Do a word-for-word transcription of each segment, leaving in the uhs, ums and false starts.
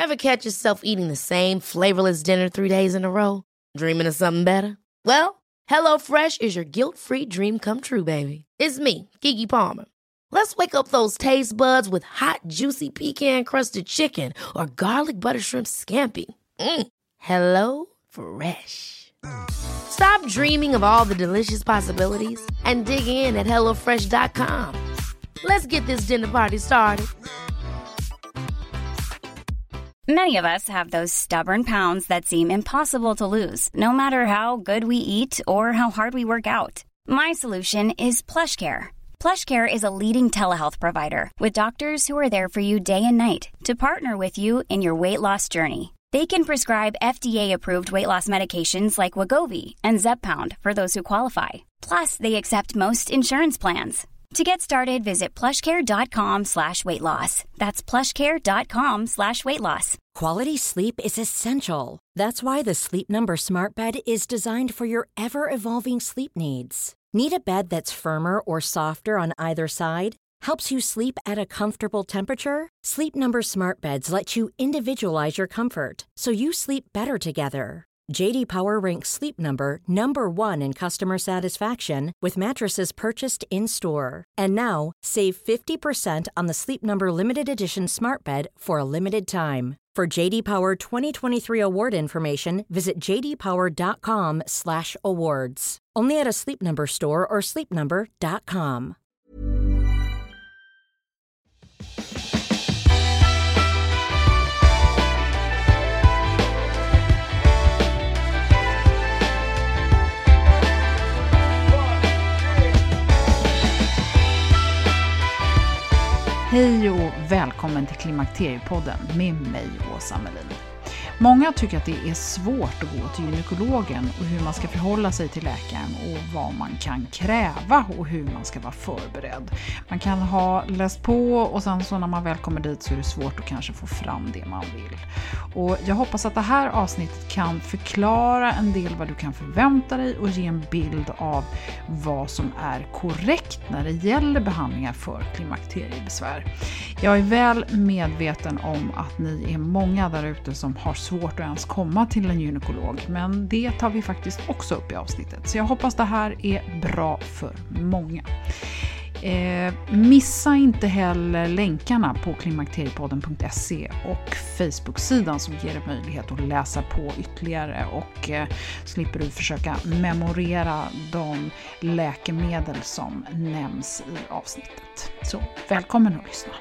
Ever catch yourself eating the same flavorless dinner three days in a row? Dreaming of something better? Well, HelloFresh is your guilt-free dream come true, baby. It's me, Keke Palmer. Let's wake up those taste buds with hot, juicy pecan-crusted chicken or garlic butter shrimp scampi. Mm. Hello Fresh. Stop dreaming of all the delicious possibilities and dig in at hello fresh dot com. Let's get this dinner party started. Many of us have those stubborn pounds that seem impossible to lose, no matter how good we eat or how hard we work out. My solution is PlushCare. PlushCare is a leading telehealth provider with doctors who are there for you day and night to partner with you in your weight loss journey. They can prescribe F D A-approved weight loss medications like Wegovy and Zepbound for those who qualify. Plus, they accept most insurance plans. To get started, visit plushcare.com slash weight loss. That's plushcare.com slash weight loss. Quality sleep is essential. That's why the Sleep Number Smart Bed is designed for your ever-evolving sleep needs. Need a bed that's firmer or softer on either side? Helps you sleep at a comfortable temperature? Sleep Number Smart Beds let you individualize your comfort, so you sleep better together. J D Power ranks Sleep Number number one in customer satisfaction with mattresses purchased in-store. And now, save fifty percent on the Sleep Number Limited Edition Smart Bed for a limited time. For J D Power twenty twenty-three award information, visit j d power dot com slash awards. Only at a Sleep Number store or sleep number dot com. Hej och välkommen till Klimakteriepodden med mig, Åsa Melin. Många tycker att det är svårt att gå till gynekologen och hur man ska förhålla sig till läkaren och vad man kan kräva och hur man ska vara förberedd. Man kan ha läst på och sen så när man väl kommer dit så är det svårt att kanske få fram det man vill. Och jag hoppas att det här avsnittet kan förklara en del vad du kan förvänta dig och ge en bild av vad som är korrekt när det gäller behandlingar för klimakteriebesvär. Jag är väl medveten om att ni är många där ute som har svårt att ens komma till en gynekolog, men det tar vi faktiskt också upp i avsnittet. Så jag hoppas det här är bra för många. Eh, missa inte heller länkarna på klimakteriepodden punkt se och Facebook-sidan som ger dig möjlighet att läsa på ytterligare och eh, slipper du försöka memorera de läkemedel som nämns i avsnittet. Så välkommen att lyssna.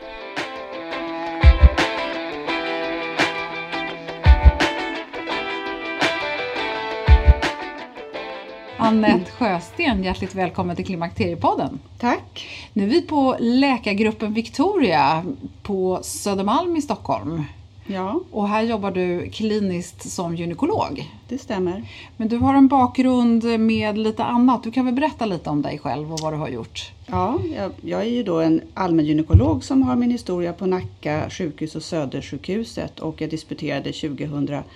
Annette Sjösten, hjärtligt välkommen till Klimakteriepodden. Tack. Nu är vi på läkargruppen Victoria på Södermalm i Stockholm. Ja. Och här jobbar du kliniskt som gynekolog. Det stämmer. Men du har en bakgrund med lite annat. Du kan väl berätta lite om dig själv och vad du har gjort? Ja, jag, jag är ju då en allmän gynekolog som har min historia på Nacka sjukhus och Södersjukhuset. Och jag disputerade tjugohundrafyra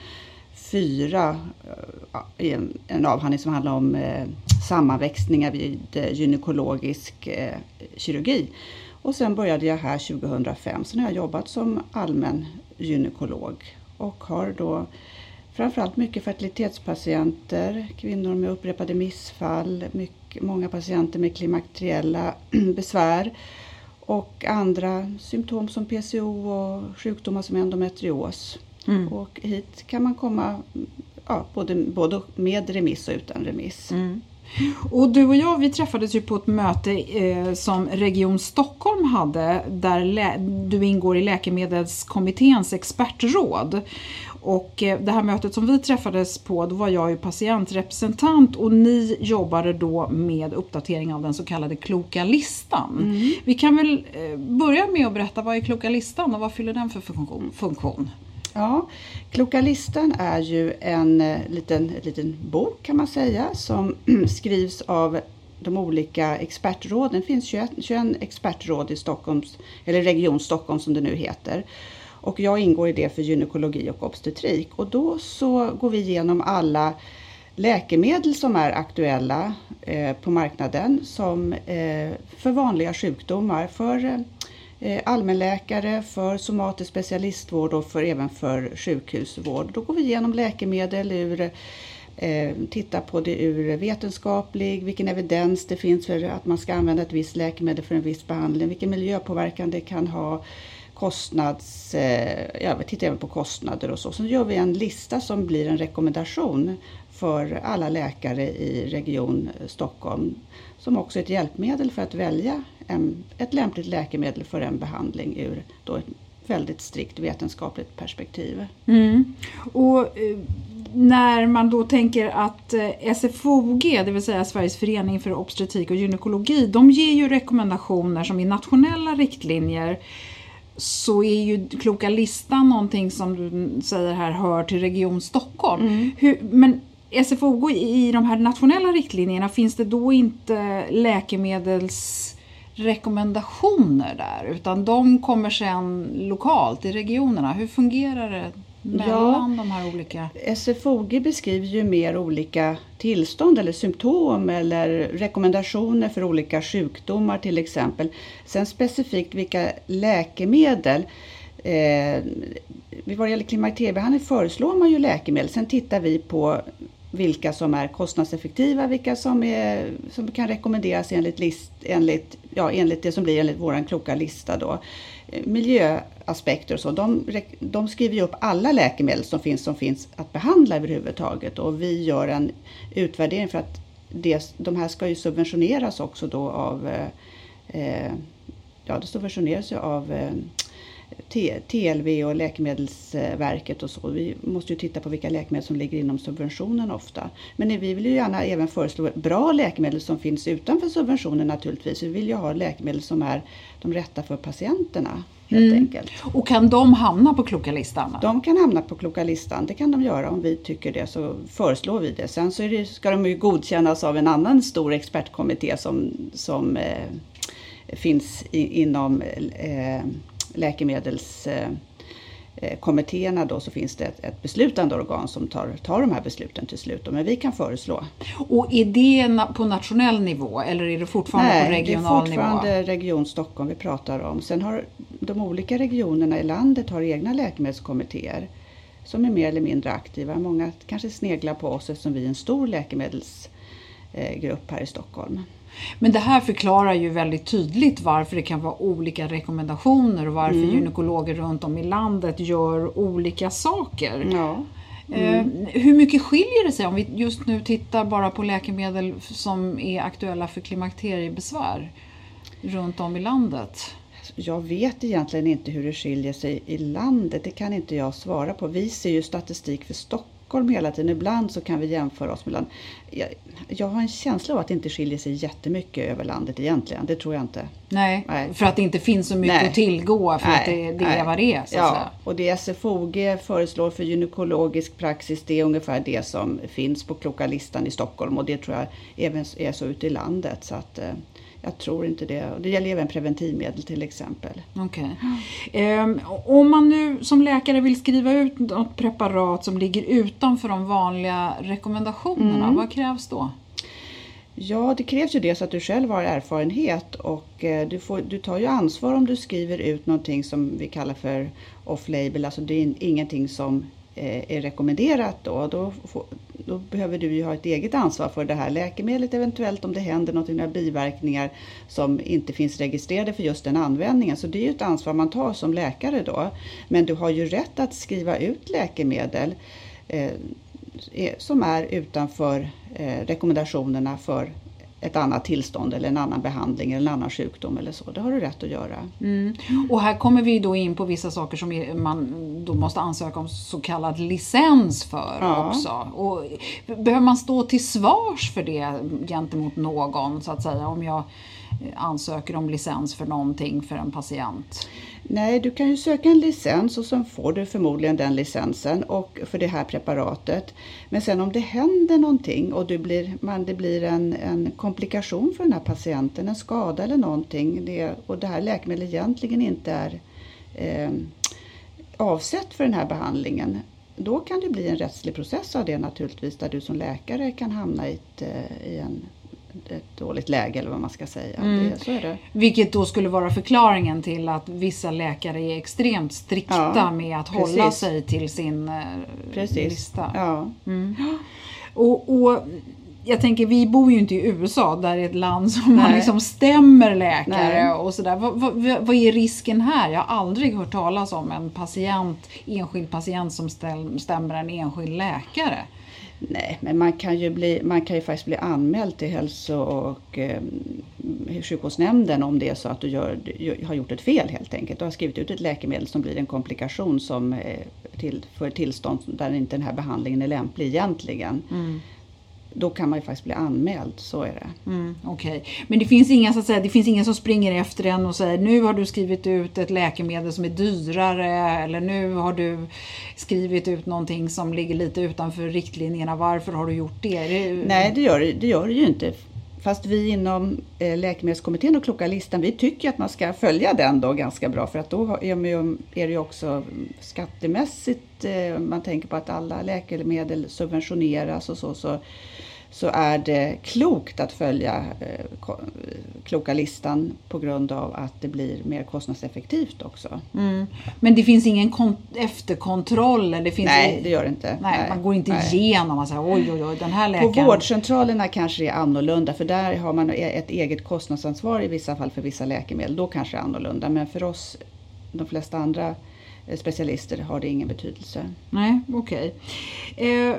i en, en avhandling som handlar om eh, sammanväxningar vid eh, gynekologisk eh, kirurgi. Och sen började jag här tjugohundrafem, så nu har jag jobbat som allmän gynekolog och har då framförallt mycket fertilitetspatienter, kvinnor med upprepade missfall, mycket, många patienter med klimakteriella besvär och andra symptom som P C O och sjukdomar som endometrios. Mm. Och hit kan man komma ja, både, både med remiss och utan remiss. Mm. Och du och jag, vi träffades ju på ett möte eh, som Region Stockholm hade där lä- du ingår i Läkemedelskommitténs expertråd. Och eh, det här mötet som vi träffades på, då var jag ju patientrepresentant och ni jobbade då med uppdatering av den så kallade kloka listan. Mm. Vi kan väl eh, börja med att berätta vad är kloka listan och vad fyller den för funktion? funktion? Ja, kloka listan är ju en eh, liten, liten bok kan man säga som skrivs av de olika expertråden. Det finns tjugoett, tjugoett expertråd i Stockholms, eller Region Stockholm som det nu heter. Och jag ingår i det för gynekologi och obstetrik. Och då så går vi igenom alla läkemedel som är aktuella eh, på marknaden som eh, för vanliga sjukdomar. För eh, allmänläkare, för somatisk specialistvård och för, även för sjukhusvård. Då går vi igenom läkemedel ur titta på det ur vetenskaplig, vilken evidens det finns för att man ska använda ett visst läkemedel för en viss behandling, vilken miljöpåverkan det kan ha, kostnads, ja, vi tittar även på kostnader och så. Så gör vi en lista som blir en rekommendation för alla läkare i Region Stockholm, som också är ett hjälpmedel för att välja en, ett lämpligt läkemedel för en behandling ur då ett väldigt strikt vetenskapligt perspektiv. Mm. Och eh, när man då tänker att eh, S F O G, det vill säga Sveriges förening för obstetrik och gynekologi, de ger ju rekommendationer som i nationella riktlinjer, så är ju Kloka listan någonting som du säger här hör till Region Stockholm. Mm. Hur, men S F O G i de här nationella riktlinjerna, finns det då inte läkemedelsrekommendationer där, utan de kommer sedan lokalt i regionerna? Hur fungerar det mellan ja, de här olika? S F O G beskriver ju mer olika tillstånd eller symptom eller rekommendationer för olika sjukdomar till exempel. Sen specifikt vilka läkemedel, eh, vad det gäller klimakteriebehandling föreslår man ju läkemedel. Sen tittar vi på vilka som är kostnadseffektiva, vilka som, är, som kan rekommenderas enligt, list, enligt, ja, enligt det som blir enligt vår kloka lista då. Miljöaspekter och så, de, de skriver ju upp alla läkemedel som finns, som finns att behandla överhuvudtaget, och vi gör en utvärdering för att det, de här ska ju subventioneras också då av, eh, ja det subventioneras ju av eh, T L V och Läkemedelsverket och så. Vi måste ju titta på vilka läkemedel som ligger inom subventionen ofta. Men vi vill ju gärna även föreslå bra läkemedel som finns utanför subventionen naturligtvis. Vi vill ju ha läkemedel som är de rätta för patienterna helt mm. enkelt. Och kan de hamna på Kloka listan? De kan hamna på Kloka listan. Det kan de göra om vi tycker det, så föreslår vi det. Sen så är det, ska de ju godkännas av en annan stor expertkommitté som, som eh, finns i, inom eh, läkemedelskommittéerna då, så finns det ett, ett beslutande organ som tar, tar de här besluten till slut. Men vi kan föreslå. Och är det på nationell nivå eller är det fortfarande Nej, på regional nivå? Nej, det är fortfarande nivå? Region Stockholm vi pratar om. Sen har de olika regionerna i landet har egna läkemedelskommittéer som är mer eller mindre aktiva. Många kanske sneglar på oss eftersom vi är en stor läkemedelsgrupp här i Stockholm. Men det här förklarar ju väldigt tydligt varför det kan vara olika rekommendationer och varför mm. gynekologer runt om i landet gör olika saker. Ja. Mm. Eh, hur mycket skiljer det sig om vi just nu tittar bara på läkemedel som är aktuella för klimakteriebesvär runt om i landet? Jag vet egentligen inte hur det skiljer sig i landet. Det kan inte jag svara på. Vi ser ju statistik för Stockholm hela tiden. Ibland så kan vi jämföra oss mellan. Jag, jag har en känsla av att det inte skiljer sig jättemycket över landet egentligen. Det tror jag inte. Nej, nej. För att det inte finns så mycket nej. att tillgå. För nej. att det, det är vad det är. Så ja, att säga. Och det S F O G föreslår för gynekologisk praxis, det är ungefär det som finns på Kloka listan i Stockholm. Och det tror jag även är så ute i landet. Så att jag tror inte det. Och det gäller även preventivmedel till exempel. Okej. Okay. Um, om man nu som läkare vill skriva ut något preparat som ligger utanför de vanliga rekommendationerna, mm. vad krävs då? Ja, det krävs ju det så att du själv har erfarenhet och eh, du, får, du tar ju ansvar om du skriver ut någonting som vi kallar för off-label. Alltså det är ingenting som eh, är rekommenderat då. Då, får, då behöver du ju ha ett eget ansvar för det här läkemedlet eventuellt om det händer någonting, några biverkningar som inte finns registrerade för just den användningen. Så det är ju ett ansvar man tar som läkare då. Men du har ju rätt att skriva ut läkemedel eh, som är utanför eh, rekommendationerna för ett annat tillstånd eller en annan behandling eller en annan sjukdom eller så. Det har du rätt att göra. Mm. Och här kommer vi då in på vissa saker som man då måste ansöka om så kallad licens för ja. också. Och behöver man stå till svars för det gentemot någon så att säga om jag ansöker om licens för någonting för en patient? Nej, du kan ju söka en licens och sen får du förmodligen den licensen och för det här preparatet. Men sen om det händer någonting och du blir, man, det blir en, en komplikation för den här patienten, en skada eller någonting det, och det här läkemedlet egentligen inte är eh, avsett för den här behandlingen, då kan det bli en rättslig process av det naturligtvis där du som läkare kan hamna i, ett, i en ett dåligt läge eller vad man ska säga. Mm. Det, så är det. Vilket då skulle vara förklaringen till att vissa läkare är extremt strikta ja, med att precis. hålla sig till sin precis. lista. Ja. Mm. Och, och jag tänker, vi bor ju inte i U S A där det är ett land som man liksom stämmer läkare Nej. och sådär. Vad, vad, vad är risken här? Jag har aldrig hört talas om en patient, enskild patient som stämmer en enskild läkare. Nej, men man kan ju bli, man kan ju faktiskt bli anmäld till hälso- och eh, sjukvårdsnämnden om det är så att du gör, har gjort ett fel helt enkelt. Du har skrivit ut ett läkemedel som blir en komplikation som eh, till, för tillstånd där inte den här behandlingen är lämplig egentligen. Mm. Då kan man ju faktiskt bli anmäld, så är det. Mm, Okej, okay. Men det finns inga så att säga, det finns ingen som springer efter en och säger nu har du skrivit ut ett läkemedel som är dyrare eller nu har du skrivit ut någonting som ligger lite utanför riktlinjerna. Varför har du gjort det? det... Nej, det gör det gör det ju inte. Fast vi inom eh, läkemedelskommittén och Kloka listan, vi tycker att man ska följa den då ganska bra. För att då är det ju också skattemässigt, eh, man tänker på att alla läkemedel subventioneras och så, så, så är det klokt att följa eh, Kloka listan på grund av att det blir mer kostnadseffektivt också. Mm. Men det finns ingen kon- efterkontroll? Det finns nej, det gör det inte. Nej, nej. Man går inte nej. igenom och säger oj, oj, oj, den här läkaren... På vårdcentralerna kanske det är annorlunda, för där har man ett eget kostnadsansvar i vissa fall för vissa läkemedel. Då kanske det är annorlunda, men för oss, de flesta andra specialister, har det ingen betydelse. Nej, okej. Okay. Eh,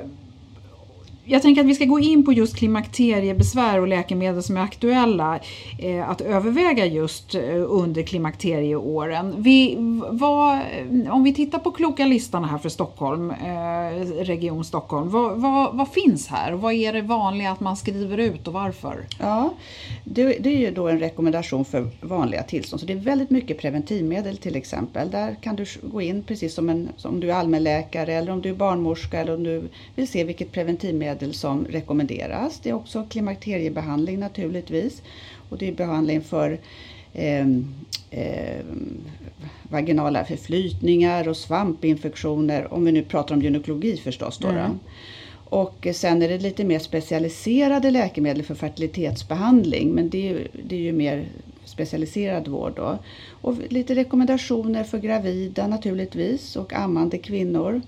Jag tänker att vi ska gå in på just klimakteriebesvär och läkemedel som är aktuella eh, att överväga just eh, under klimakterieåren. Vi, vad, om vi tittar på Kloka listan här för Stockholm, eh, Region Stockholm, vad, vad, vad finns här? Vad är det vanliga att man skriver ut och varför? Ja, det, det är ju då en rekommendation för vanliga tillstånd. Så det är väldigt mycket preventivmedel till exempel. Där kan du gå in precis som, en, som om du är allmänläkare eller om du är barnmorska eller om du vill se vilket preventivmedel som rekommenderas. Det är också klimakteriebehandling naturligtvis. Och det är behandling för eh, eh, vaginala förflytningar och svampinfektioner. Om vi nu pratar om gynekologi förstås då. Mm. Och sen är det lite mer specialiserade läkemedel för fertilitetsbehandling. Men det är ju, det är ju mer specialiserad vård då. Och lite rekommendationer för gravida naturligtvis och ammande kvinnor.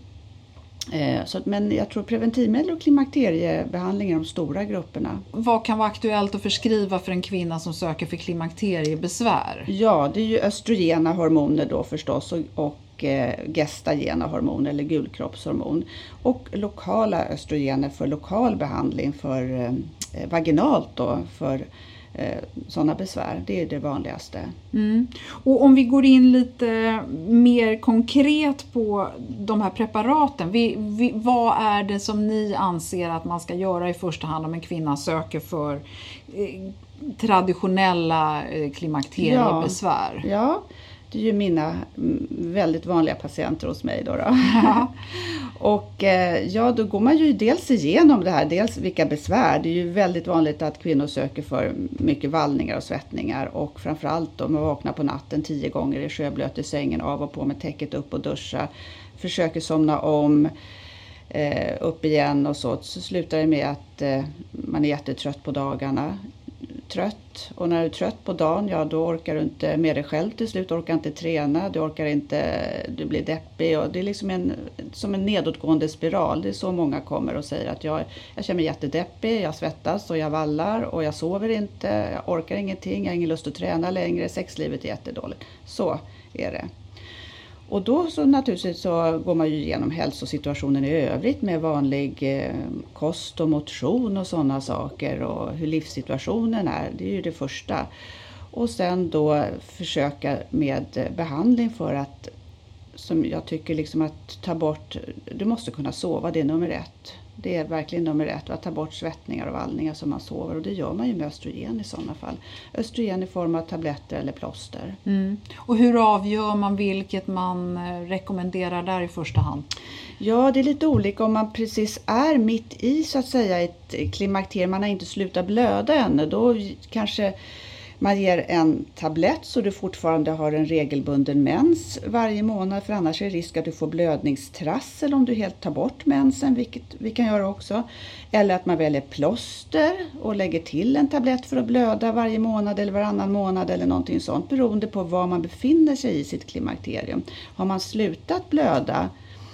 Eh, så, men jag tror preventivmedel och klimakteriebehandling är de stora grupperna. Vad kan vara aktuellt att förskriva för en kvinna som söker för klimakteriebesvär? Ja, det är ju östrogena hormoner då förstås och, och eh, gestagena hormoner eller gulkroppshormon. Och lokala östrogener för lokal behandling för eh, vaginalt då för Eh, sådana besvär. Det är det vanligaste. Mm. Och om vi går in lite mer konkret på de här preparaten. Vi, vi, vad är det som ni anser att man ska göra i första hand om en kvinna söker för eh, traditionella eh, klimakteriebesvär? Ja, ja, det är ju mina väldigt vanliga patienter hos mig då. då. Ja. Och eh, ja, då går man ju dels igenom det här, dels vilka besvär. Det är ju väldigt vanligt att kvinnor söker för mycket vallningar och svettningar. Och framförallt om man vaknar på natten tio gånger i sjöblöt i sängen, av och på med täcket upp och duscha. Försöker somna om, eh, upp igen och så. Så slutar det med att eh, man är jättetrött på dagarna. Trött, och när du är trött på dagen, ja då orkar du inte med dig själv till slut, orkar inte träna, du orkar inte, du blir deppig och det är liksom en, som en nedåtgående spiral. Det är så många kommer och säger att jag, jag känner mig jättedeppig, jag svettas och jag vallar och jag sover inte, jag orkar ingenting, jag har ingen lust att träna längre, sexlivet är jättedåligt. Så är det. Och då så naturligtvis så går man ju igenom hälsosituationen i övrigt med vanlig eh, kost och motion och sådana saker och hur livssituationen är. Det är ju det första. Och sen då försöka med behandling för att, som jag tycker liksom att ta bort, du måste kunna sova, det är nummer ett. Det är verkligen nummer ett, att ta bort svettningar och vallningar som man sover. Och det gör man ju med östrogen i sådana fall. Östrogen i form av tabletter eller plåster. Mm. Och hur avgör man vilket man rekommenderar där i första hand? Ja, det är lite olika om man precis är mitt i så att säga ett klimakterium. Man har inte slutat blöda ännu. Då kanske Man ger en tablett så du fortfarande har en regelbunden mens varje månad. För annars är det risk att du får blödningstrassel om du helt tar bort mensen, vilket vi kan göra också. Eller att man väljer plåster och lägger till en tablett för att blöda varje månad eller varannan månad eller någonting sånt. Beroende på var man befinner sig i sitt klimakterium. Har man slutat blöda,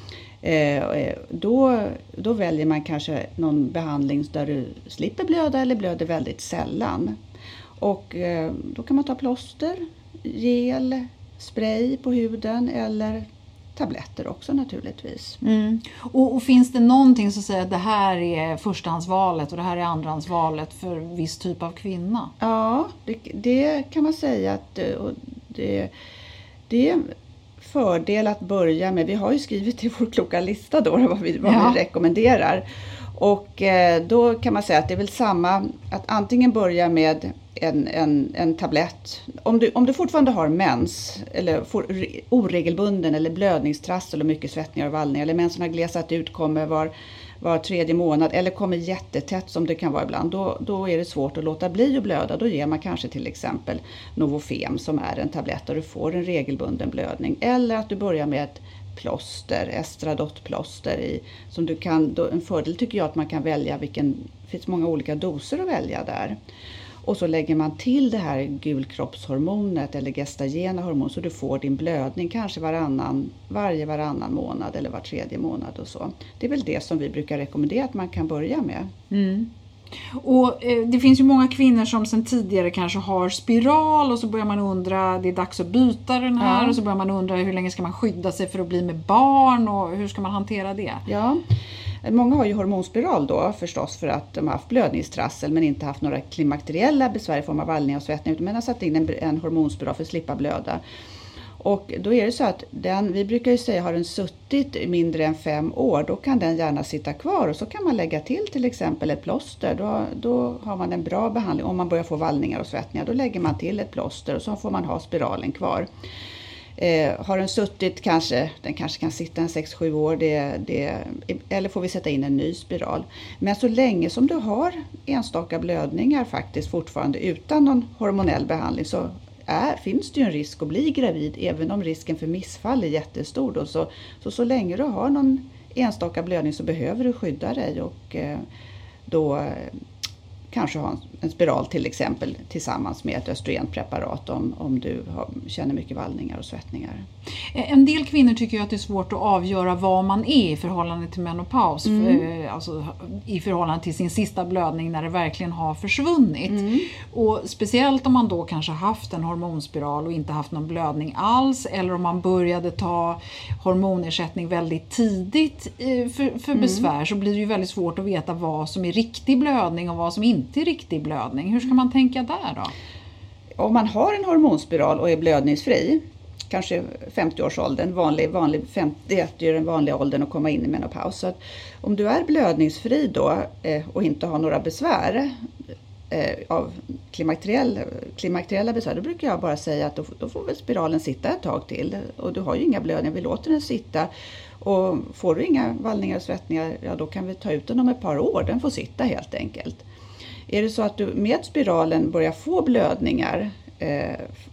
Då, då väljer man kanske någon behandling där du slipper blöda eller blöder väldigt sällan. Och då kan man ta plåster, gel, spray på huden eller tabletter också naturligtvis. Mm. Och, och finns det någonting som säger att det här är förstahandsvalet och det här är andrahandsvalet för viss typ av kvinna? Ja, det, det kan man säga att och det, det är fördel att börja med. Vi har ju skrivit i vår kloka lista då vad vi, vad ja. vi rekommenderar. Och eh, då kan man säga att det är väl samma, att antingen börja med en, en, en tablett. Om du, om du fortfarande har mens eller får oregelbunden eller blödningstrassel och mycket svettningar och vallningar eller mensen har glesat ut, kommer var, var tredje månad eller kommer jättetätt som det kan vara ibland, då, då är det svårt att låta bli att blöda. Då ger man kanske till exempel Novofem som är en tablett där du får en regelbunden blödning. Eller att du börjar med ett plåster, Estradot-plåster i, som du kan, då, en fördel tycker jag att man kan välja vilken, det finns många olika doser att välja där. Och så lägger man till det här gulkroppshormonet eller gestagena hormon så du får din blödning kanske varannan, varje varannan månad eller var tredje månad och så. Det är väl det som vi brukar rekommendera att man kan börja med. Mm. Och eh, det finns ju många kvinnor som sedan tidigare kanske har spiral och så börjar man undra, det är dags att byta den här ja. och så börjar man undra hur länge ska man skydda sig för att bli med barn och hur ska man hantera det? Ja. Många har ju hormonspiral då förstås för att de har haft blödningstrassel men inte haft några klimakteriella besvär i form av vallning och svettning, utan man har satt in en, en hormonspiral för att slippa blöda. Och då är det så att den, vi brukar ju säga, har den suttit mindre än fem år, då kan den gärna sitta kvar och så kan man lägga till till exempel ett plåster. Då, då har man en bra behandling. Om man börjar få vallningar och svettningar, då lägger man till ett plåster och så får man ha spiralen kvar. Eh, har den suttit kanske, den kanske kan sitta en sex sju år, det, det, eller får vi sätta in en ny spiral. Men så länge som du har enstaka blödningar faktiskt fortfarande utan någon hormonell behandling så är, finns det ju en risk att bli gravid, även om risken för missfall är jättestor. Då. Så, så, så länge du har någon enstaka blödning så behöver du skydda dig och eh, då kanske ha en spiral till exempel tillsammans med ett östrogenpreparat om, om du har, känner mycket vallningar och svettningar. En del kvinnor tycker ju att det är svårt att avgöra vad man är i förhållande till menopaus. Mm. För, alltså, i förhållande till sin sista blödning när det verkligen har försvunnit. Mm. Och speciellt om man då kanske haft en hormonspiral och inte haft någon blödning alls. Eller om man började ta hormonersättning väldigt tidigt för, för besvär mm. så blir det ju väldigt svårt att veta vad som är riktig blödning och vad som inte är riktig blödning. Hur ska man tänka där då? Om man har en hormonspiral och är blödningsfri, kanske femtio-årsåldern, vanlig, vanlig femtioett är den vanliga åldern att komma in i menopaus. Så att om du är blödningsfri då eh, och inte har några besvär eh, av klimakteriell, klimakteriella besvär, då brukar jag bara säga att då, då får väl spiralen sitta ett tag till. Och du har ju inga blödningar, vi låter den sitta. Och får du inga vallningar och svettningar, ja då kan vi ta ut den om ett par år. Den får sitta helt enkelt. Är det så att du med spiralen börjar få blödningar eh,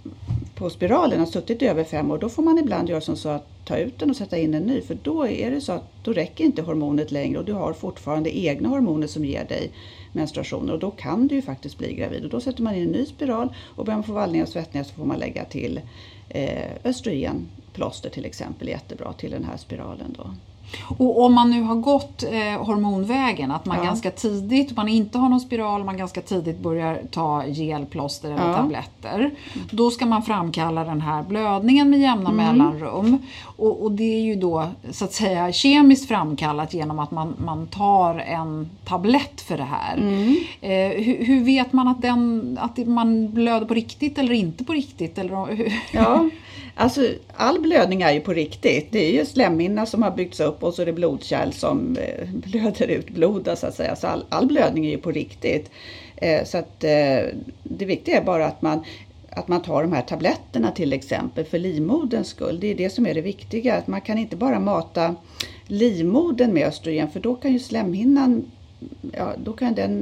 på spiralen har suttit över fem år, då får man ibland göra som så att ta ut den och sätta in en ny. För då är det så att då räcker inte hormonet längre och du har fortfarande egna hormoner som ger dig menstruationer. Och då kan du ju faktiskt bli gravid. Och då sätter man in en ny spiral och börjar man få vallningar och svettningar så får man lägga till eh, östrogenplåster till exempel, jättebra till den här spiralen då. Och om man nu har gått eh, hormonvägen, att man ja. ganska tidigt, man inte har någon spiral, man ganska tidigt börjar ta gelplåster eller ja. tabletter, mm. då ska man framkalla den här blödningen med jämna mm. mellanrum. Och, och det är ju då så att säga kemiskt framkallat genom att man, man tar en tablett för det här. Mm. Eh, hur, hur vet man att, den, att man blöder på riktigt eller inte på riktigt? Eller, hur? Ja. Alltså all blödning är ju på riktigt. Det är ju slemhinna som har byggts upp och så är det blodkärl som eh, blöder ut blod så att säga. Så all, all blödning är ju på riktigt. Eh, så att eh, det viktiga är bara att man, att man tar de här tabletterna till exempel för livmoderns skull. Det är det som är det viktiga. Att man kan inte bara mata livmodern med östrogen för då kan ju slemhinnan, ja, då kan den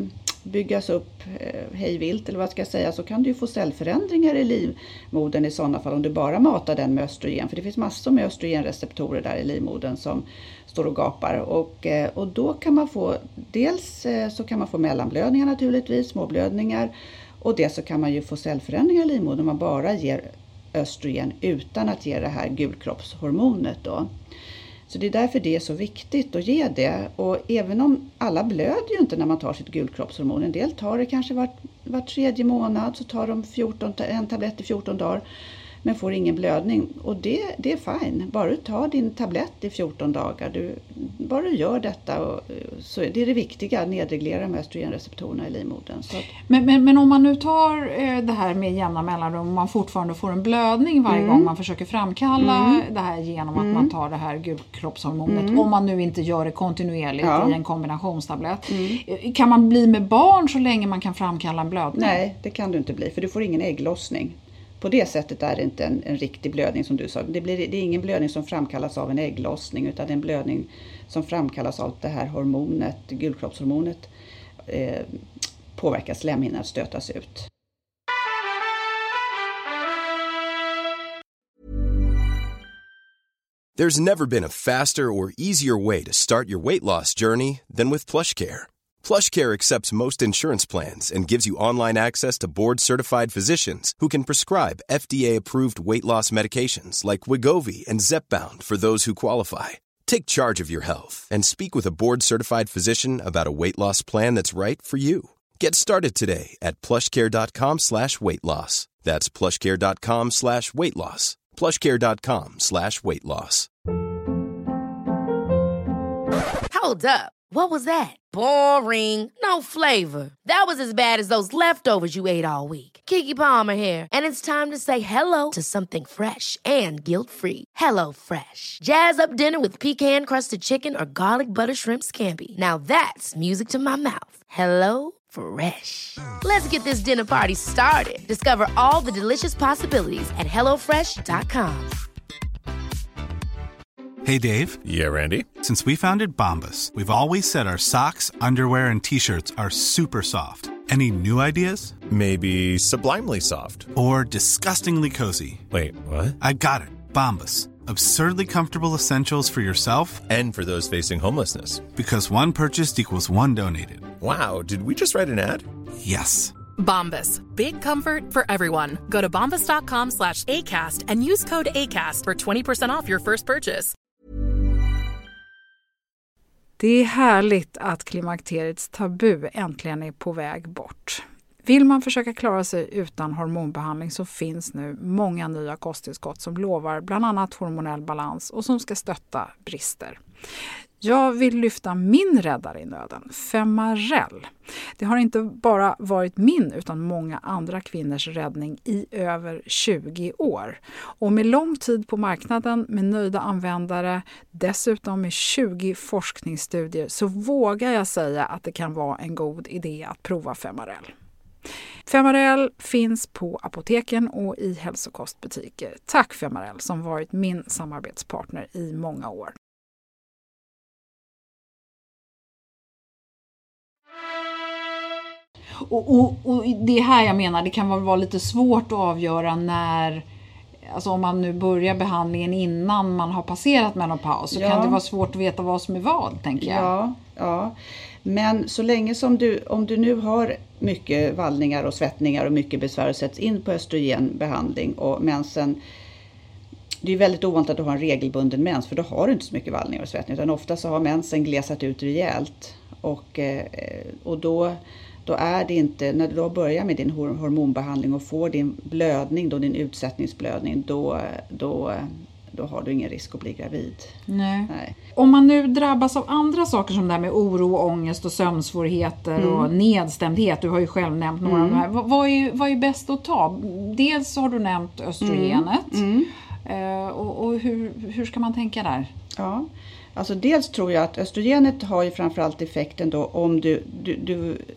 byggas upp eh, hejvilt eller vad ska jag säga, så kan du ju få cellförändringar i livmodern i sådana fall om du bara matar den med östrogen. För det finns massor med östrogenreceptorer där i livmodern som står och gapar. Och, eh, och då kan man få, dels eh, så kan man få mellanblödningar naturligtvis, småblödningar. Och det så kan man ju få cellförändringar i livmodern om man bara ger östrogen utan att ge det här gulkroppshormonet då. Så det är därför det är så viktigt att ge det. Och även om alla blöder ju inte när man tar sitt gulkroppshormon. En del tar det kanske var, var tredje månad, så tar de fjorton, en tablett i fjorton dagar. Men får ingen blödning. Och det, det är fine. Bara du tar din tablett i fjorton dagar. Du, bara du gör detta. Och, så det är det viktiga. Att nedreglera med östrogenreceptorerna i livmodern. Så att, men, men, men om man nu tar eh, det här med jämna mellanrum. Och man fortfarande får en blödning varje mm. gång man försöker framkalla mm. det här. Genom att mm. man tar det här gulkroppshormonet. Mm. Om man nu inte gör det kontinuerligt ja. i en kombinationstablett. Mm. Kan man bli med barn så länge man kan framkalla en blödning? Nej, det kan du inte bli. För du får ingen ägglossning. På det sättet är det inte en, en riktig blödning som du sa. Det, blir, det är ingen blödning som framkallas av en ägglossning, utan det är en blödning som framkallas av det här hormonet, gulkroppshormonet, eh, påverkar slemhinnan att stötas ut. There's never been a faster or easier way to start your weight loss journey than with PlushCare. PlushCare accepts most insurance plans and gives you online access to board-certified physicians who can prescribe F D A-approved weight loss medications like Wegovy and Zepbound for those who qualify. Take charge of your health and speak with a board-certified physician about a weight loss plan that's right for you. Get started today at plushcare.com slash weight loss. That's plushcare.com slash weight loss. plushcare.com slash weight loss. Hold up. What was that? Boring. No flavor. That was as bad as those leftovers you ate all week. Keke Palmer here. And it's time to say hello to something fresh and guilt-free. Hello Fresh. Jazz up dinner with pecan-crusted chicken or garlic butter shrimp scampi. Now that's music to my mouth. Hello Fresh. Let's get this dinner party started. Discover all the delicious possibilities at hello fresh dot com. Hey, Dave. Yeah, Randy. Since we founded Bombas, we've always said our socks, underwear, and T-shirts are super soft. Any new ideas? Maybe sublimely soft. Or disgustingly cozy. Wait, what? I got it. Bombas. Absurdly comfortable essentials for yourself and for those facing homelessness. Because one purchased equals one donated. Wow, did we just write an ad? Yes. Bombas. Big comfort for everyone. Go to bombas.com slash ACAST and use code ACAST for twenty percent off your first purchase. Det är härligt att klimakteriets tabu äntligen är på väg bort. Vill man försöka klara sig utan hormonbehandling så finns nu många nya kosttillskott som lovar bland annat hormonell balans och som ska stötta brister. Jag vill lyfta min räddare i nöden, Femarel. Det har inte bara varit min utan många andra kvinnors räddning i över tjugo år. Och med lång tid på marknaden, med nöjda användare, dessutom med tjugo forskningsstudier, så vågar jag säga att det kan vara en god idé att prova Femarel. Femarel finns på apoteken och i hälsokostbutiker. Tack Femarel som varit min samarbetspartner i många år. Och, och, och det här jag menar, det kan vara lite svårt att avgöra när, alltså om man nu börjar behandlingen innan man har passerat menopaus, så ja. kan det vara svårt att veta vad som är vad, tänker jag. Ja, ja. Men så länge som du, om du nu har mycket vallningar och svettningar och mycket besvär och sätts in på östrogenbehandling och mensen, det är väldigt ovanligt att du har en regelbunden mens, för då har du inte så mycket vallningar och svettningar, utan ofta så har mensen glesat ut rejält och, och då Då är det inte, när du då börjar med din hormonbehandling och får din blödning, då din utsättningsblödning, då, då, då har du ingen risk att bli gravid. Nej. Nej. Om man nu drabbas av andra saker som det här med oro, ångest och sömnsvårigheter mm. och nedstämdhet, du har ju själv nämnt några mm. av de här. Vad, vad, är, vad är bäst att ta? Dels har du nämnt östrogenet. Mm. Mm. Uh, och och hur, hur ska man tänka där? Ja, alltså dels tror jag att östrogenet har ju framförallt effekten då om du, du, du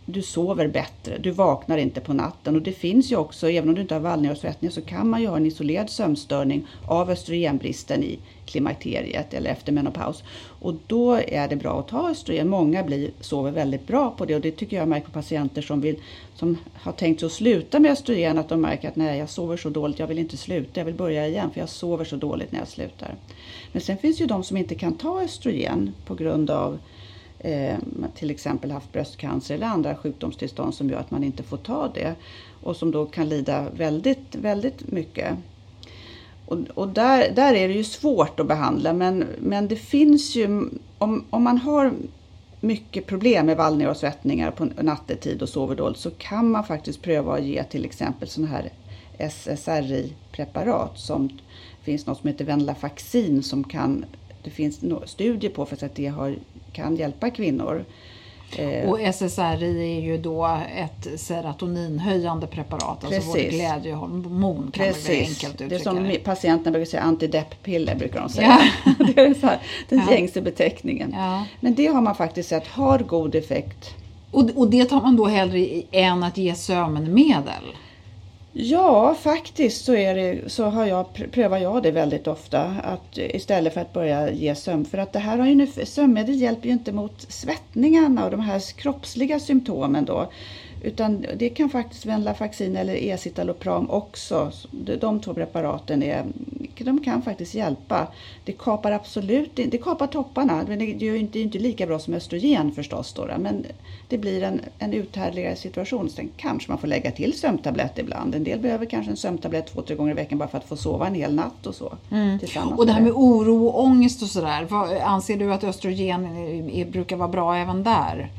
du sover bättre, du vaknar inte på natten. Och det finns ju också, även om du inte har vallningar och svettningar, så kan man ju ha en isolerad sömnstörning av östrogenbristen i klimakteriet eller efter menopaus. Och då är det bra att ta östrogen. Många blir, sover väldigt bra på det, och det tycker jag märker på patienter som, vill, som har tänkt sig att sluta med östrogen, att de märker att nej, jag sover så dåligt, jag vill inte sluta, jag vill börja igen för jag sover så dåligt när jag slutar. Men sen finns ju de som inte kan ta östrogen på grund av eh, till exempel haft bröstcancer eller andra sjukdomstillstånd som gör att man inte får ta det, och som då kan lida väldigt, väldigt mycket. Och, och där, där är det ju svårt att behandla, men, men det finns ju, om, om man har mycket problem med vallningar och svettningar på nattetid och sover dåligt, så kan man faktiskt pröva att ge till exempel sådana här S S R I-preparat, som finns något som heter Venlafaxin, som kan, det finns studier på för att det har, kan hjälpa kvinnor. Och S S R I är ju då ett serotoninhöjande preparat, Precis. Alltså vårt glädjehormon, kan man väl enkelt uttrycka det. Det är som patienterna brukar säga, antidepp-piller brukar de säga. Ja. Det är så här, den ja. gängse beteckningen. Ja. Men det har man faktiskt sett har god effekt. Och, och det tar man då hellre än att ge sömnmedel? Ja, faktiskt så, är det, så har jag, prövar jag det väldigt ofta, att istället för att börja ge sömn. För att det här har ju nu, sömnmedel hjälper ju inte mot svettningarna och de här kroppsliga symptomen då. Utan det kan faktiskt Venlafaxin eller Escitalopram också. De två preparaten är, de kan faktiskt hjälpa. Det kapar absolut, det kapar topparna. Men det är ju inte, inte lika bra som östrogen förstås då. Men det blir en, en uthärdligare situation. Sen kanske man får lägga till sömntablett ibland. En del behöver kanske en sömntablett två, tre gånger i veckan bara för att få sova en hel natt och så. Mm. Och det här med oro och ångest och sådär. Anser du att östrogen är, brukar vara bra även där?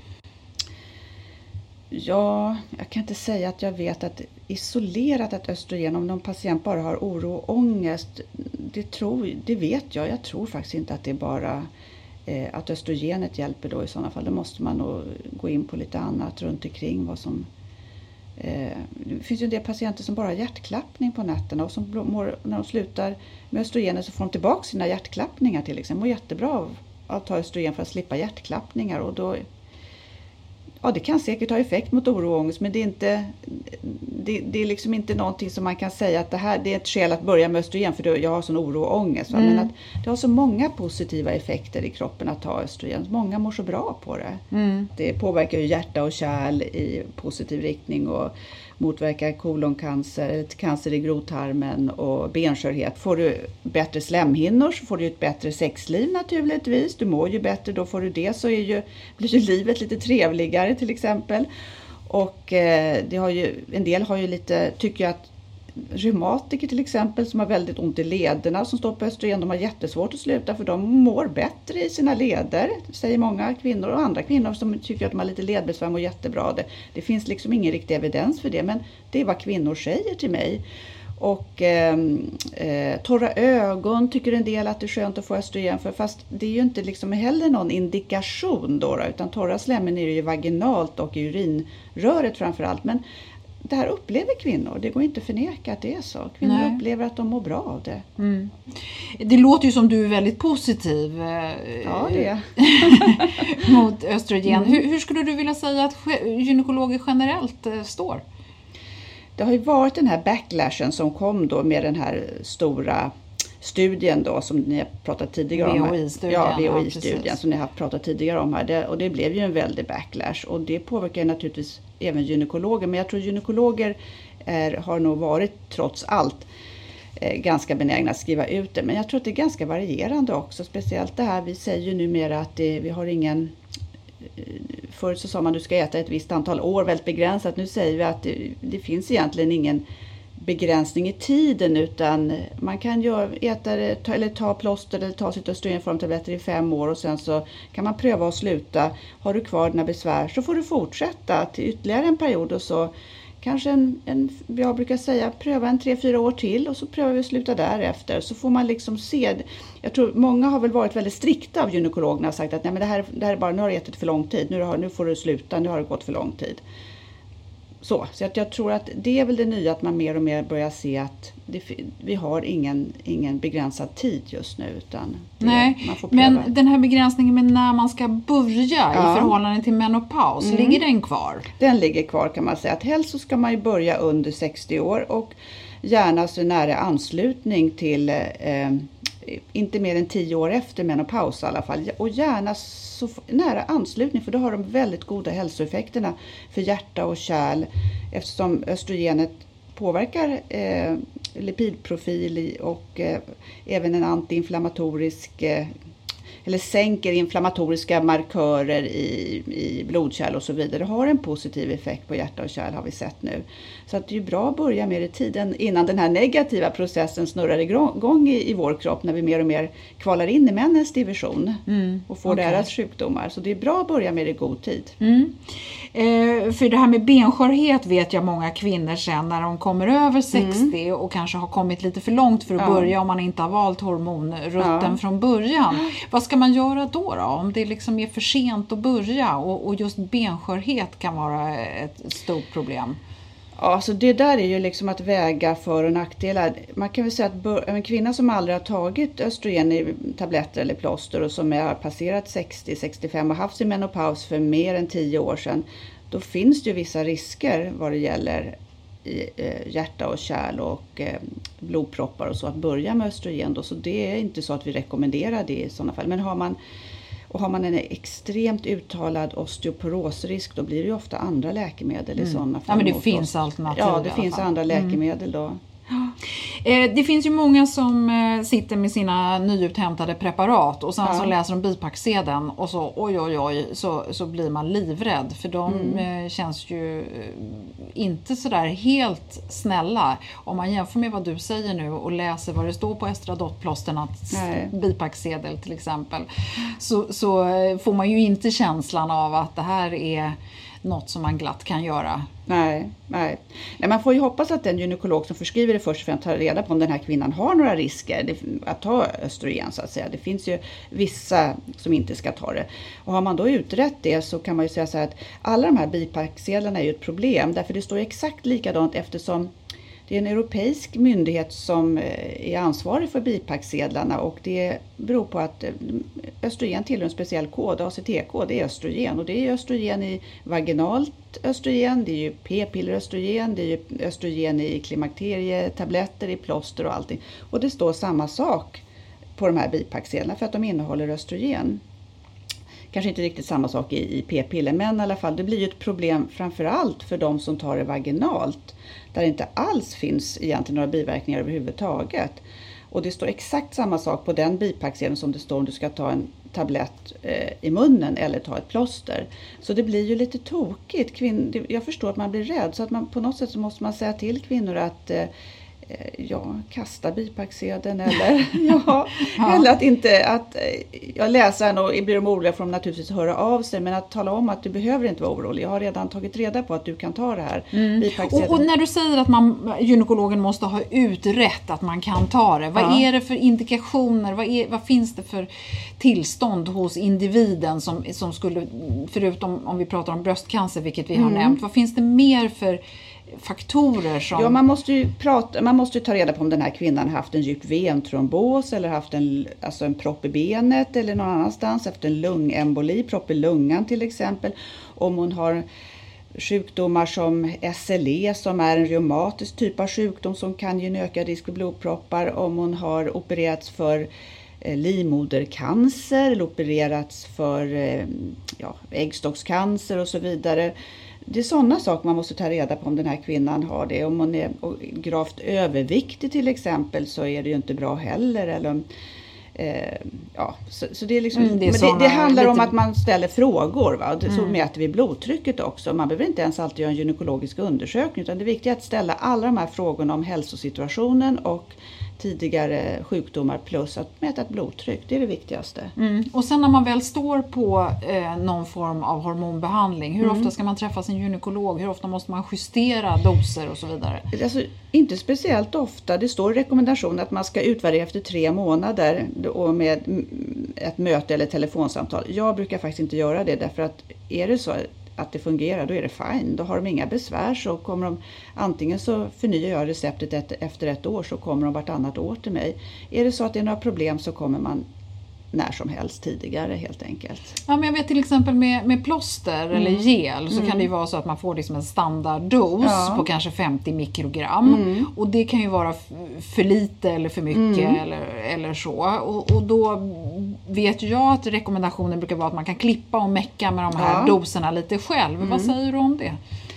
Ja, jag kan inte säga att jag vet att isolerat att östrogen, om någon patient bara har oro och ångest, det, tror, det vet jag. Jag tror faktiskt inte att det är bara eh, att östrogenet hjälper då i sådana fall. Då måste man nog gå in på lite annat runt omkring vad som... Eh, det finns ju en del patienter som bara har hjärtklappning på nätterna, och som mår, när de slutar med östrogenet så får de tillbaka sina hjärtklappningar till exempel. De mår jättebra av att ta östrogen för att slippa hjärtklappningar, och då... Ja, det kan säkert ha effekt mot oro och ångest, men det är, inte, det, det är liksom inte någonting som man kan säga att det här det är ett skäl att börja med östrogen för jag har sån oro och ångest. Mm. Men att det har så många positiva effekter i kroppen att ta östrogen. Många mår så bra på det. Mm. Det påverkar ju hjärta och kärl i positiv riktning och motverkar koloncancer, cancer i grovtarmen och benskörhet. Får du bättre slemhinnor så får du ett bättre sexliv naturligtvis. Du mår ju bättre, då får du det, så är ju, blir ju livet lite trevligare till exempel. Och eh, det har ju, en del har ju lite, tycker jag att reumatiker till exempel som har väldigt ont i lederna som står på östrogen, de har jättesvårt att sluta för de mår bättre i sina leder, säger många kvinnor, och andra kvinnor som tycker att de har lite ledbesvär mår jättebra. Det, det finns liksom ingen riktig evidens för det, men det är vad kvinnor säger till mig. Och eh, eh, torra ögon tycker en del att det är skönt att få östrogen för, fast det är ju inte liksom heller någon indikation då, utan torra slemmen är ju vaginalt och i urinröret framförallt, men det här upplever kvinnor. Det går inte att förneka att det är så. Kvinnor Nej. upplever att de mår bra av det. Mm. Det låter ju som du är väldigt positiv. Ja, det är. mot östrogen. Mm. Hur, hur skulle du vilja säga att gynekologer generellt står? Det har ju varit den här backlashen som kom då med den här stora studien då som ni har pratat tidigare om. V O I-studien. Ja, V O I-studien ja, som ni har pratat tidigare om här. Det, och det blev ju en väldig backlash. Och det påverkar naturligtvis även gynekologer. Men jag tror gynekologer är, har nog varit trots allt eh, ganska benägna att skriva ut det. Men jag tror att det är ganska varierande också. Speciellt det här, vi säger ju numera att det, vi har ingen... Förut så sa man att du ska äta ett visst antal år, väldigt begränsat. Nu säger vi att det, det finns egentligen ingen begränsning i tiden, utan man kan ju äta ta, eller ta plåster eller ta sitt östrogenformtabletter i fem år och sen så kan man pröva att sluta. Har du kvar dina besvär så får du fortsätta till ytterligare en period, och så kanske en, en jag brukar säga pröva en tre, fyra år till och så prövar vi att sluta därefter. Så får man liksom se. Jag tror många har väl varit väldigt strikta av gynekologerna och sagt att nej, men det här, det här är bara, nu har du ätit för lång tid, nu, har, nu får du sluta, nu har det gått för lång tid. Så, så att jag tror att det är väl det nya, att man mer och mer börjar se att det, vi har ingen, ingen begränsad tid just nu, utan det, Nej, man får pröva. Men den här begränsningen med när man ska börja ja. i förhållande till menopaus, mm. ligger den kvar? Den ligger kvar, kan man säga. Att helst så ska man ju börja under sextio år och gärna så nära anslutning till eh, inte mer än tio år efter menopaus i alla fall, och gärna så nära anslutning, för då har de väldigt goda hälsoeffekterna för hjärta och kärl, eftersom östrogenet påverkar eh, lipidprofil och eh, även en antiinflammatorisk eh, eller sänker inflammatoriska markörer i, i blodkärl och så vidare. Det har en positiv effekt på hjärta och kärl, har vi sett nu. Så att det är bra att börja med det i tiden innan den här negativa processen snurrar igång i, i vår kropp, när vi mer och mer kvalar in i männens division mm, och får okay. deras sjukdomar. Så det är bra att börja med det i god tid. Mm. Eh, för det här med benskörhet vet jag många kvinnor sen när de kommer över sextio mm. och kanske har kommit lite för långt för att ja. börja, om man inte har valt hormonrutten ja. från början. Vad ska man göra då, då om det liksom är för sent att börja och, och just benskörhet kan vara ett stort problem? Ja, så det där är ju liksom att väga för- och nackdelar. Man kan väl säga att bör- en kvinna som aldrig har tagit östrogen i tabletter eller plåster och som har passerat sextio sextiofem och haft sin menopaus för mer än tio år sedan, då finns det ju vissa risker vad det gäller i, eh, hjärta och kärl och eh, blodproppar och så, att börja med östrogen då. Så det är inte så att vi rekommenderar det i sådana fall. Men har man Och har man en extremt uttalad osteoporosrisk, då blir det ju ofta andra läkemedel mm. i sådana fall. Ja, men det finns alternativ. Ja, det finns andra läkemedel då. Eh, det finns ju många som eh, sitter med sina nyuthämtade preparat och sen ja. så läser de bipacksedeln och så oj oj oj så, så blir man livrädd, för de mm. eh, känns ju eh, inte sådär helt snälla om man jämför med vad du säger nu och läser vad det står på Estradottplåsternas bipacksedel till exempel, så, så eh, får man ju inte känslan av att det här är något som man glatt kan göra. Nej, nej. nej, man får ju hoppas att den gynekolog som förskriver det först och främst tar reda på om den här kvinnan har några risker att ta östrogen, så att säga. Det finns ju vissa som inte ska ta det. Och har man då utrett det, så kan man ju säga så här att alla de här bipacksedlarna är ju ett problem, därför det står exakt likadant, eftersom det är en europeisk myndighet som är ansvarig för bipacksedlarna, och det beror på att östrogen tillhör en speciell kod, A C T-kod, det är östrogen, och det är östrogen i vaginalt östrogen, det är ju p-pilleröstrogen, det är ju östrogen i klimakterietabletter, i plåster och allting. Och det står samma sak på de här bipacksedlarna för att de innehåller östrogen. Kanske inte riktigt samma sak i, i p-piller, men i alla fall, det blir ju ett problem framförallt för de som tar det vaginalt, där det inte alls finns egentligen några biverkningar överhuvudtaget. Och det står exakt samma sak på den bipacksedeln som det står om du ska ta en tablett eh, i munnen eller ta ett plåster. Så det blir ju lite tokigt. Kvinn- jag förstår att man blir rädd, så att man på något sätt så måste man säga till kvinnor att eh, ja, kasta bipacksedeln eller, ja, ja. eller att inte, att jag läser den och blir de oroliga för att de naturligtvis höra av sig, men att tala om att du behöver inte vara orolig. Jag har redan tagit reda på att du kan ta det här. Mm. Och, och när du säger att man, gynekologen måste ha utrett att man kan ta det, vad ja. är det för indikationer, vad, är, vad finns det för tillstånd hos individen som, som skulle, förutom om vi pratar om bröstcancer, vilket vi har mm. nämnt, vad finns det mer för faktorer som... Ja, man måste ju prata, man måste ju ta reda på om den här kvinnan har haft en djup ventrombos eller haft en, alltså en propp i benet eller någon annanstans, efter en lungemboli, propp i lungan till exempel. Om hon har sjukdomar som S L E, som är en reumatisk typ av sjukdom som kan ge en ökad risk för blodproppar. Om hon har opererats för eh, livmodercancer eller opererats för eh, ja, äggstockscancer och så vidare. Det är sådana saker man måste ta reda på om den här kvinnan har det. Om hon är gravt överviktig till exempel, så är det ju inte bra heller. Eller, eh, ja, så, så det, är liksom, mm, det, är men det, det handlar lite... om att man ställer frågor. Va? Så mm. mäter vi blodtrycket också. Man behöver inte ens alltid göra en gynekologisk undersökning, utan det är viktigt att ställa alla de här frågorna om hälsosituationen och tidigare sjukdomar plus att mäta ett blodtryck. Det är det viktigaste. Mm. Och sen när man väl står på eh, någon form av hormonbehandling, hur mm. ofta ska man träffa sin gynekolog? Hur ofta måste man justera doser och så vidare? Alltså, inte speciellt ofta. Det står i rekommendation att man ska utvärdera efter tre månader och med ett möte eller telefonsamtal. Jag brukar faktiskt inte göra det, därför att är det så att det fungerar, då är det fine. Då har de inga besvär, så kommer de, antingen så förnyar jag receptet ett, efter ett år, så kommer de vartannat år till mig. Är det så att det är några problem, så kommer man när som helst tidigare helt enkelt. Ja, men jag vet till exempel med, med plåster mm. eller gel så mm. kan det ju vara så att man får liksom en standarddos ja. på kanske femtio mikrogram. Mm. Och det kan ju vara f- för lite eller för mycket mm. eller, eller så. Och, och då vet jag att rekommendationen brukar vara att man kan klippa och mecka med de här ja. doserna lite själv. Mm. Vad säger du om det?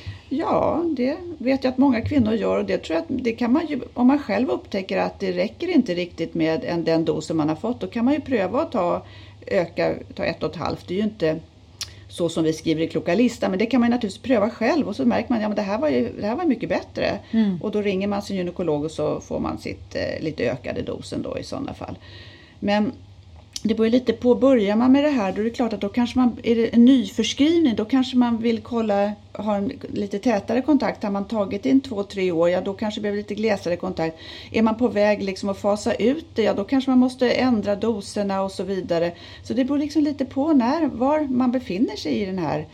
Ja, det vet jag att många kvinnor gör, och det tror jag att det kan man ju, om man själv upptäcker att det räcker inte riktigt med en, den dos som man har fått, då kan man ju pröva att ta, öka, ta ett och ett halvt. Det är ju inte så som vi skriver i kloka listan, men det kan man ju naturligtvis pröva själv, och så märker man att ja, det här var ju det här var mycket bättre. Mm. Och då ringer man sin gynekolog och så får man sitt eh, lite ökade dosen då i sådana fall. Men det beror lite på, börjar man med det här, då är det klart att då kanske man, är det en ny förskrivning, då kanske man vill kolla, ha en lite tätare kontakt. Har man tagit in två, tre år, ja då kanske det behöver lite glesare kontakt. Är man på väg liksom att fasa ut det, ja då kanske man måste ändra doserna och så vidare. Så det beror liksom lite på när, var man befinner sig i den här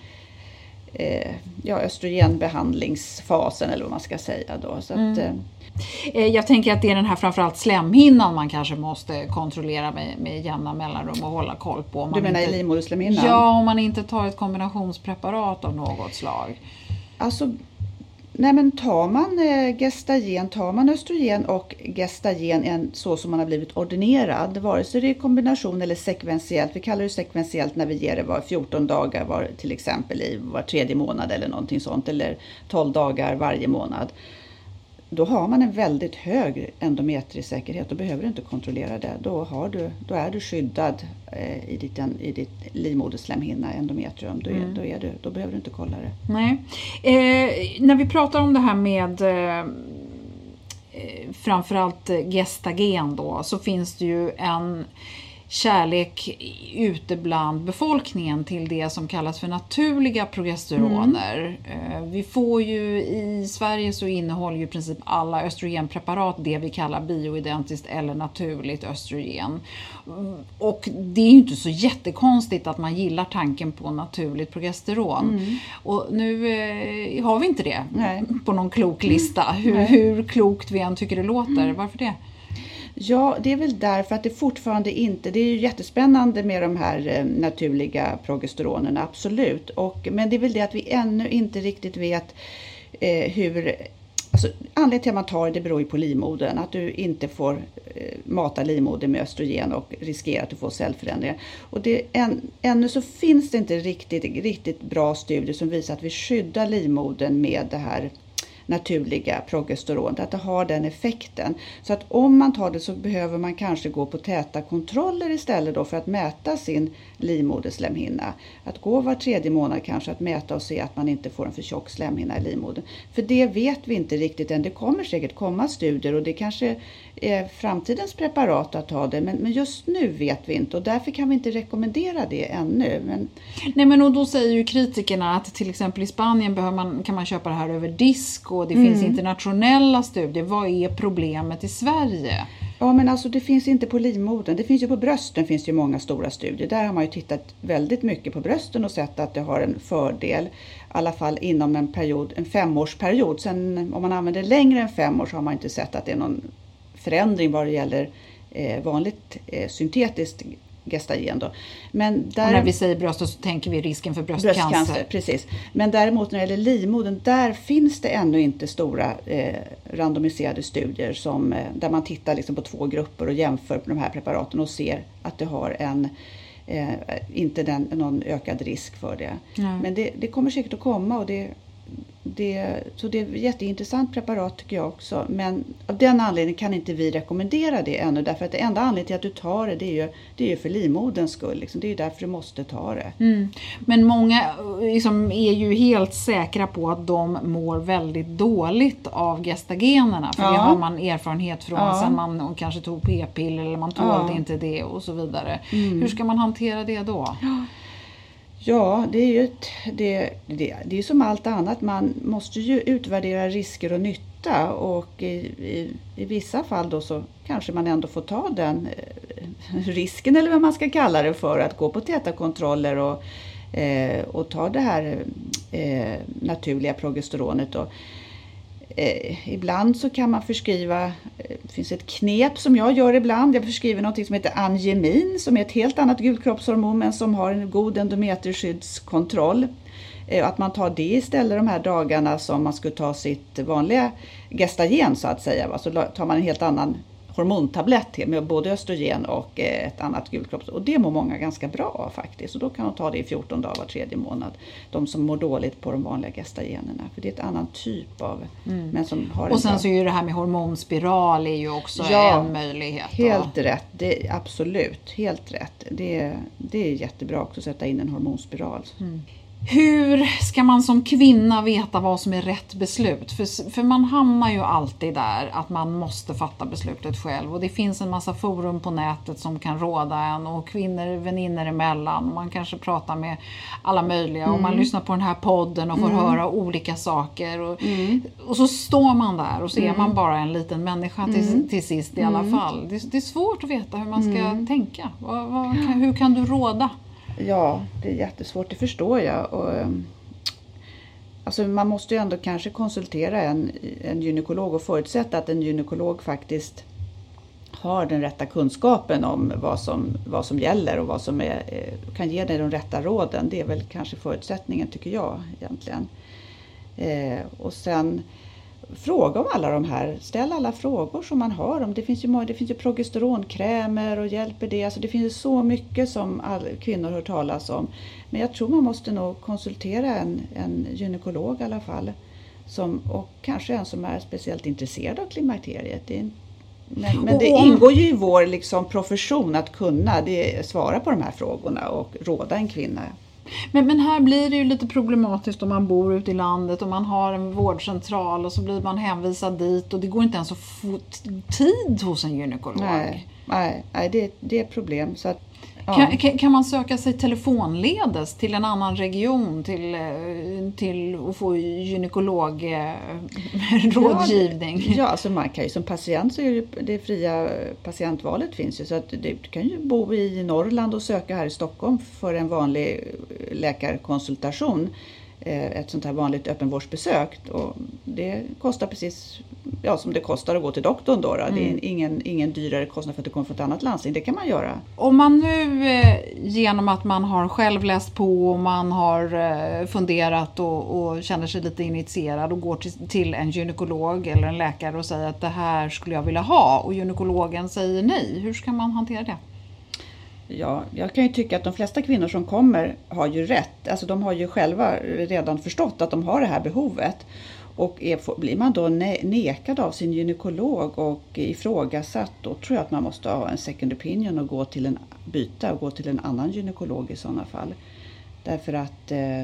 eh, ja, östrogenbehandlingsfasen eller vad man ska säga då. Så att, mm. eh, Jag tänker att det är den här framförallt slemhinnan man kanske måste kontrollera med, med jämna mellanrum och hålla koll på. Om du man menar inte, i livmoderslemhinnan? Ja, om man inte tar ett kombinationspreparat av något slag. Alltså, nej men tar man eh, gestagen, tar man östrogen och gestagen en, så som man har blivit ordinerad, vare sig det är kombination eller sekventiellt, vi kallar det sekventiellt när vi ger det var fjorton dagar var, till exempel i var tredje månad eller någonting sånt, eller tolv dagar varje månad. Då har man en väldigt hög endometrisk säkerhet och behöver du inte kontrollera det. Då, har du, då är du skyddad eh, i, ditt, i ditt livmoderslemhinna, endometrium. Då, är, mm. då, är du, då behöver du inte kolla det. Nej. Eh, när vi pratar om det här med eh, framförallt gestagen då, så finns det ju en kärlek ute bland befolkningen till det som kallas för naturliga progesteroner. Mm. Vi får ju i Sverige så innehåller ju i princip alla östrogenpreparat det vi kallar bioidentiskt eller naturligt östrogen. Och det är ju inte så jättekonstigt att man gillar tanken på naturligt progesteron. Mm. Och nu eh, har vi inte det Nej. på någon klok lista. Hur, hur klokt vi än tycker det låter. Mm. Varför det? Ja, det är väl därför att det fortfarande inte, det är ju jättespännande med de här eh, naturliga progesteronerna, absolut. Och, men det är väl det att vi ännu inte riktigt vet eh, hur, alltså anledningen till att man tar det, det beror ju på livmodern. Att du inte får eh, mata livmodern med östrogen och riskera att du får cellförändringar. Och det, än, ännu så finns det inte riktigt, riktigt bra studier som visar att vi skyddar livmodern med det här naturliga progesteron, att det har den effekten. Så att om man tar det så behöver man kanske gå på täta kontroller istället då för att mäta sin livmoderslemhinna. Att gå var tredje månad kanske att mäta och se att man inte får en för tjock slemhinna i livmodern. För det vet vi inte riktigt än. Det kommer säkert komma studier och det kanske är framtidens preparat att ta det. Men, men just nu vet vi inte och därför kan vi inte rekommendera det ännu. Men... Nej, men och då säger ju kritikerna att till exempel i Spanien behöver man, kan man köpa det här över disk och det mm. finns internationella studier. Vad är problemet i Sverige? Ja, men alltså det finns inte på livmodern. Det finns ju på brösten, finns ju många stora studier. Där har man ju tittat väldigt mycket på brösten och sett att det har en fördel. I alla fall inom en period, en femårsperiod. Sen om man använder längre än fem år så har man inte sett att det är någon förändring vad det gäller eh, vanligt eh, syntetiskt gestagen då. Men där, och när vi säger bröst så tänker vi risken för bröstcancer. bröstcancer. Precis. Men däremot när det gäller livmodern, där finns det ännu inte stora eh, randomiserade studier som, eh, där man tittar liksom på två grupper och jämför på de här preparaten och ser att det har en eh, inte den, någon ökad risk för det. Mm. Men det, det kommer säkert att komma och det Det, så det är ett jätteintressant preparat tycker jag också. Men av den anledningen kan inte vi rekommendera det ännu. Därför att det enda anledningen till att du tar det, det är ju, det är ju för livmoderns skull. Liksom. Det är ju därför du måste ta det. Mm. Men många liksom, är ju helt säkra på att de mår väldigt dåligt av gestagenerna. För ja. det har man erfarenhet från ja. sen man kanske tog p-piller eller man tålde ja. inte det och så vidare. Mm. Hur ska man hantera det då? Ja. Ja, det är ju ett, det, det, det är som allt annat. Man måste ju utvärdera risker och nytta och i, i, i vissa fall då så kanske man ändå får ta den eh, risken eller vad man ska kalla det för att gå på täta kontroller och Eh, och tar det här eh, naturliga progesteronet då. Eh, ibland så kan man förskriva, eh, det finns ett knep som jag gör ibland, jag förskriver något som heter angemin som är ett helt annat gulkroppshormon men som har en god endometerskyddskontroll. Eh, att man tar det istället de här dagarna som man skulle ta sitt vanliga gestagen så att säga. Va? Så tar man en helt annan hormontablett till med både östrogen och eh, ett annat gulkropps. Och det mår många ganska bra av faktiskt. Och då kan de ta det i fjorton dagar var tredje månad. De som mår dåligt på de vanliga gestagenerna. För det är ett annan typ av... Mm. Men som har och sen bra... så är ju det här med hormonspiral är ju också ja, en möjlighet. Helt och... rätt. Det är absolut helt rätt. Det, det är jättebra också att sätta in en hormonspiral. Mm. Hur ska man som kvinna veta vad som är rätt beslut? För, för man hamnar ju alltid där att man måste fatta beslutet själv. Och det finns en massa forum på nätet som kan råda en. Och kvinnor, väninnor emellan. Man kanske pratar med alla möjliga. Mm. Och man lyssnar på den här podden och får mm. höra olika saker. Och, mm. och så står man där och så mm. är man bara en liten människa till, mm. till sist i alla mm. fall. Det, det är svårt att veta hur man ska mm. tänka. Vad, vad, hur kan du råda? Ja, det är jättesvårt, det förstår jag. Och, alltså man måste ju ändå kanske konsultera en, en gynekolog och förutsätta att en gynekolog faktiskt har den rätta kunskapen om vad som, vad som gäller och vad som är, kan ge dig de rätta råden. Det är väl kanske förutsättningen tycker jag egentligen. Eh, och sen fråga om alla de här, ställ alla frågor som man har om. Det finns ju, det finns ju progesteronkrämer och hjälper det. Alltså det finns ju så mycket som all, kvinnor hör talas om. Men jag tror man måste nog konsultera en, en gynekolog i alla fall. Som, och kanske en som är speciellt intresserad av klimakteriet. Det är, men, men det ingår ju i vår liksom, profession att kunna det, svara på de här frågorna och råda en kvinna. Men, men här blir det ju lite problematiskt om man bor ute i landet och man har en vårdcentral och så blir man hänvisad dit och det går inte ens att få tid hos en gynekolog. Nej, nej, nej det, det är ett problem. Så att, ja. kan, kan, kan man söka sig telefonledes till en annan region till, till att få gynekologrådgivning? Ja, ja alltså man kan ju som patient så är det, det fria patientvalet finns ju så att du kan ju bo i Norrland och söka här i Stockholm för en vanlig läkarkonsultation. Ett sånt här vanligt öppenvårdsbesök och det kostar precis ja, som det kostar att gå till doktorn då. då. Mm. Det är ingen, ingen dyrare kostnad för att du kommer från ett annat landsting. Det kan man göra. Om man nu eh, genom att man har själv läst på och man har eh, funderat och, och känner sig lite initierad och går till, till en gynekolog eller en läkare och säger att det här skulle jag vilja ha och gynekologen säger nej. Hur ska man hantera det? Ja, jag kan ju tycka att de flesta kvinnor som kommer har ju rätt. Alltså de har ju själva redan förstått att de har det här behovet. Och är, blir man då ne- nekad av sin gynekolog och ifrågasatt, då tror jag att man måste ha en second opinion och gå till en byta och gå till en annan gynekolog i sådana fall. Därför att eh,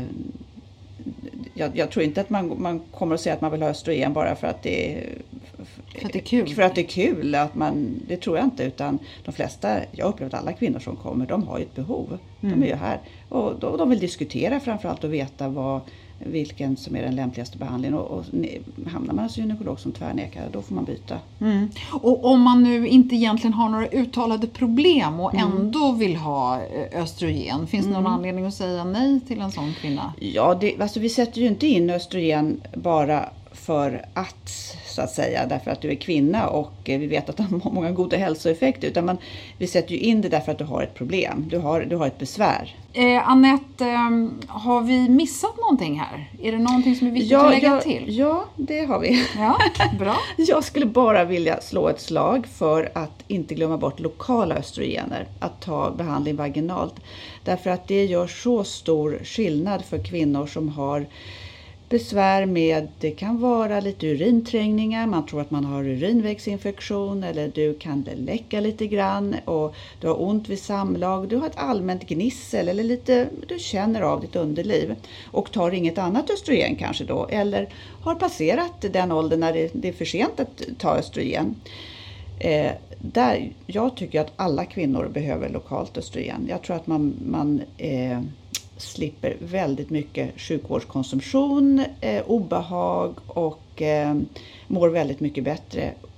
jag, jag tror inte att man, man kommer att säga att man vill ha östrogen bara för att det är För att det är kul. För att det är kul. Att man, det tror jag inte. Utan de flesta, jag upplever att alla kvinnor som kommer, de har ju ett behov. Mm. De är ju här. Och de, de vill diskutera framförallt och veta vad, vilken som är den lämpligaste behandlingen. Och, och hamnar man hos gynekolog som tvärnekar, då får man byta. Mm. Och om man nu inte egentligen har några uttalade problem och mm. ändå vill ha östrogen, finns det någon mm. anledning att säga nej till en sån kvinna? Ja, det, alltså vi sätter ju inte in östrogen bara för att, så att säga, därför att du är kvinna och vi vet att de har många goda hälsoeffekter, utan man, vi sätter ju in det därför att du har ett problem, du har, du har ett besvär. Eh, Anette, eh, har vi missat någonting här? Är det någonting som är viktigt ja, att lägga ja, till? Ja, det har vi. Ja, bra. Jag skulle bara vilja slå ett slag för att inte glömma bort lokala östrogener, att ta behandling vaginalt. Därför att det gör så stor skillnad för kvinnor som har besvär med, det kan vara lite urinträngningar, man tror att man har urinvägsinfektion eller du kan läcka lite grann och du har ont vid samlag, du har ett allmänt gnissel eller lite, du känner av ditt underliv och tar inget annat östrogen kanske då eller har passerat den åldern när det, det är för sent att ta östrogen. Eh, där, jag tycker att alla kvinnor behöver lokalt östrogen. Jag tror att man, man eh, slipper väldigt mycket sjukvårdskonsumtion, eh, obehag och eh, mår väldigt mycket bättre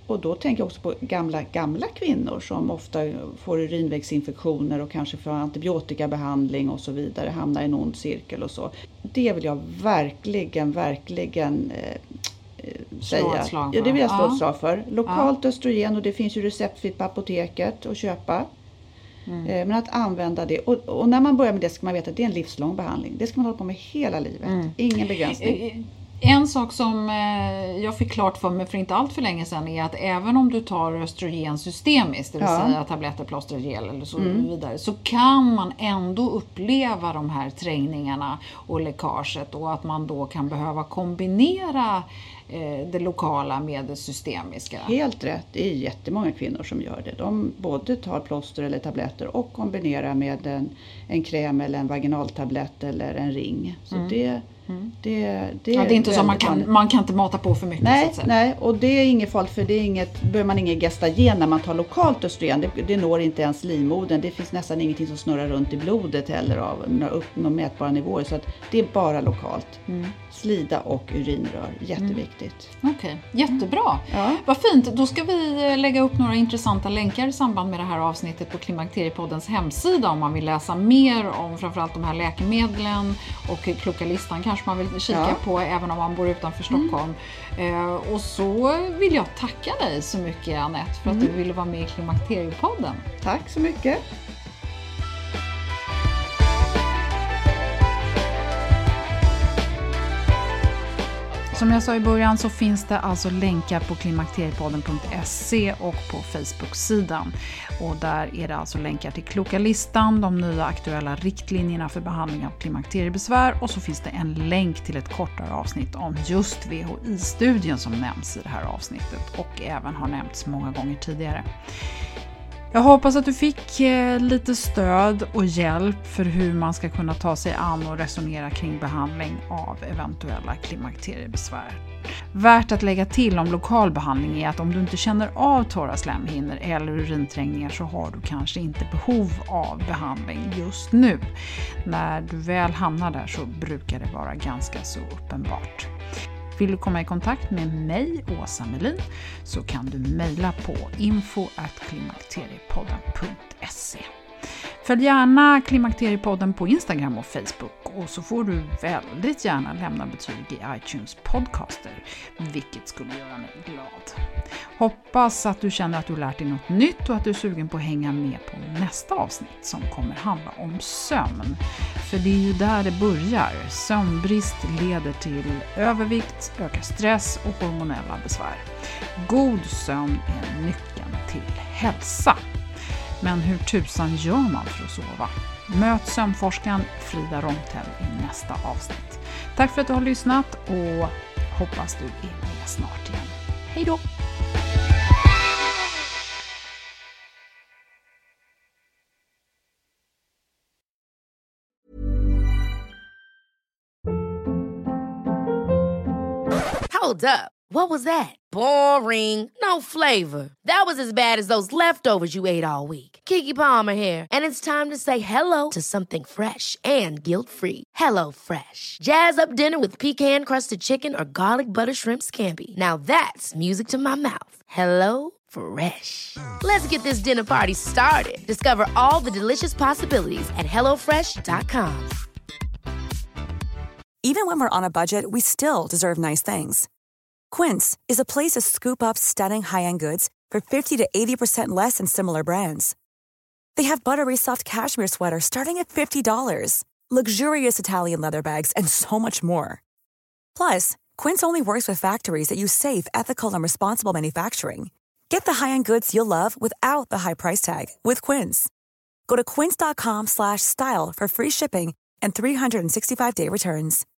och då tänker jag också på gamla, gamla kvinnor som ofta får urinvägsinfektioner och kanske får antibiotikabehandling och så vidare, hamnar i en ond cirkel och så. Det vill jag verkligen, verkligen eh, säga. Ja, det vill jag slå ett slag för. Lokalt ja. östrogen, och det finns ju receptfritt på apoteket att köpa. Mm. Men att använda det, och, och när man börjar med det ska man veta att det är en livslång behandling. Det ska man hålla på med hela livet. Mm. Ingen begränsning. En sak som jag fick klart för mig för inte allt för länge sedan är att även om du tar östrogen systemiskt, det vill ja. säga tabletter, plåster, gel eller så mm. vidare, så kan man ändå uppleva de här trängningarna och läckaget, och att man då kan behöva kombinera det lokala med det systemiska. Helt rätt, det är jättemånga kvinnor som gör det. De både tar plåster eller tabletter och kombinerar med en, en kräm eller en vaginaltablett eller en ring. Så mm. det Mm. Det, det, ja, det är inte så man kan, man kan inte mata på för mycket. Nej, så att säga. nej, och det är inget farligt, för det är inget, behöver man ingen gestagen när man tar lokalt östrogen. Det, det når inte ens livmodern. Det finns nästan ingenting som snurrar runt i blodet heller av upp några mätbara nivåer. Så att det är bara lokalt. Mm. Slida och urinrör, jätteviktigt. Mm. Okej, okay. Jättebra. Ja. Vad fint, då ska vi lägga upp några intressanta länkar i samband med det här avsnittet på Klimakteriepoddens hemsida om man vill läsa mer om framförallt de här läkemedlen, och Kloka listan kanske man vill kika ja. på även om man bor utanför Stockholm. Mm. Eh, och så vill jag tacka dig så mycket, Anette, för att mm. du ville vara med i Klimakteriepodden. Tack så mycket. Som jag sa i början så finns det alltså länkar på klimakteriepodden punkt se och på Facebook-sidan. Och där är det alltså länkar till Kloka listan, de nya aktuella riktlinjerna för behandling av klimakteriebesvär, och så finns det en länk till ett kortare avsnitt om just V H I-studien som nämns i det här avsnittet och även har nämnts många gånger tidigare. Jag hoppas att du fick lite stöd och hjälp för hur man ska kunna ta sig an och resonera kring behandling av eventuella klimakteriebesvär. Värt att lägga till om lokal behandling är att om du inte känner av torra slemhinnor eller urinträngningar så har du kanske inte behov av behandling just nu. När du väl hamnar där så brukar det vara ganska så uppenbart. Vill du komma i kontakt med mig, Åsa Melin, så kan du mejla på info at klimakteriepodden punkt se. Följ gärna Klimakteriepodden på Instagram och Facebook, och så får du väldigt gärna lämna betyg i iTunes podcaster, vilket skulle göra mig glad. Hoppas att du känner att du lärt dig något nytt och att du är sugen på att hänga med på nästa avsnitt som kommer handla om sömn. För det är ju där det börjar. Sömnbrist leder till övervikt, ökar stress och hormonella besvär. God sömn är nyckeln till hälsa. Men hur tusan gör man för att sova? Möt sömnforskaren Frida Romtell i nästa avsnitt. Tack för att du har lyssnat och hoppas du är med snart igen. Hej då! Hold up. What was that? Boring. No flavor. That was as bad as those leftovers you ate all week. Keke Palmer here, and it's time to say hello to something fresh and guilt-free. Hello Fresh. Jazz up dinner with pecan-crusted chicken or garlic butter shrimp scampi. Now that's music to my mouth. Hello Fresh. Let's get this dinner party started. Discover all the delicious possibilities at hello fresh dot com. Even when we're on a budget, we still deserve nice things. Quince is a place to scoop up stunning high-end goods for fifty to eighty percent less than similar brands. They have buttery soft cashmere sweaters starting at fifty dollars, luxurious Italian leather bags, and so much more. Plus, Quince only works with factories that use safe, ethical, and responsible manufacturing. Get the high-end goods you'll love without the high price tag with Quince. Go to quince dot com slash style for free shipping and three sixty-five day returns.